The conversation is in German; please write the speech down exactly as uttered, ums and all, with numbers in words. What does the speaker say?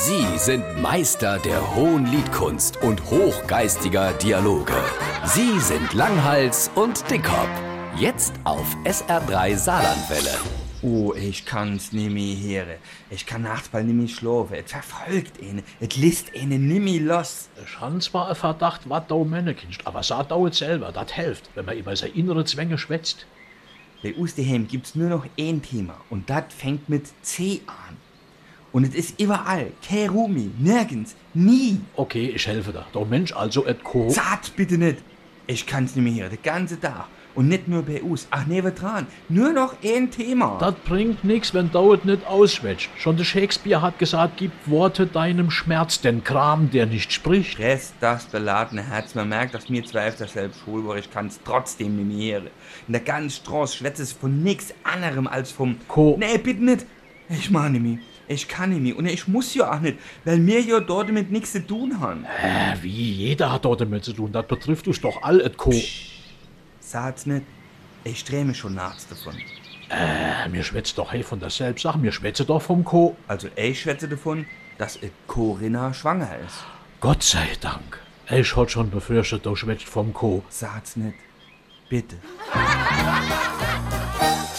Sie sind Meister der hohen Liedkunst und hochgeistiger Dialoge. Sie sind Langhals und Dickhop. Jetzt auf S R drei Saarlandwelle. Oh, ich kann's nimmer hören. Ich kann nachts bald nimmer schlafen. Es verfolgt ihn. Es lässt ihn nimmer los. Ich habe zwar einen Verdacht, was da Männer kannst, aber sag dauert selber, das hilft, wenn man über seine innere Zwänge schwätzt. Bei uns daheim gibt's nur noch ein Thema und das fängt mit C an. Und es ist überall, kein Rumi, nirgends, nie. Okay, ich helfe da. Der Mensch also et Co. Sagt bitte nicht. Ich kann's nicht mehr hören, den ganzen Tag. Und nicht nur bei uns, ach nee, wir dran. Nur noch ein Thema. Das bringt nix, wenn dauert nicht ausschwätzt. Schon der Shakespeare hat gesagt, gib Worte deinem Schmerz, den Kram, der nicht spricht. Stress das beladene Herz. Man merkt, dass mir zwei auf derselben Schule war. Ich kann's trotzdem nicht mehr hören. In der ganzen Straße schwätzt es von nix anderem als vom Co. Nee, bitte nicht. Ich mach nicht mehr. Ich kann nicht mehr. Und ich muss ja auch nicht, weil wir ja dort damit nichts zu tun haben. Äh, wie? Jeder hat dort damit zu tun. Das betrifft uns doch all et Co. Sag's nicht. Ich drehe mich schon nachts davon. Äh, mir schwätzt doch hey von derselben Sache. Mir schwätze doch vom Co. Also ich schwätze davon, dass et Corinna schwanger ist. Gott sei Dank. Ich hatte schon befürchtet, du schwätzt vom Co. Sag's nicht. Bitte.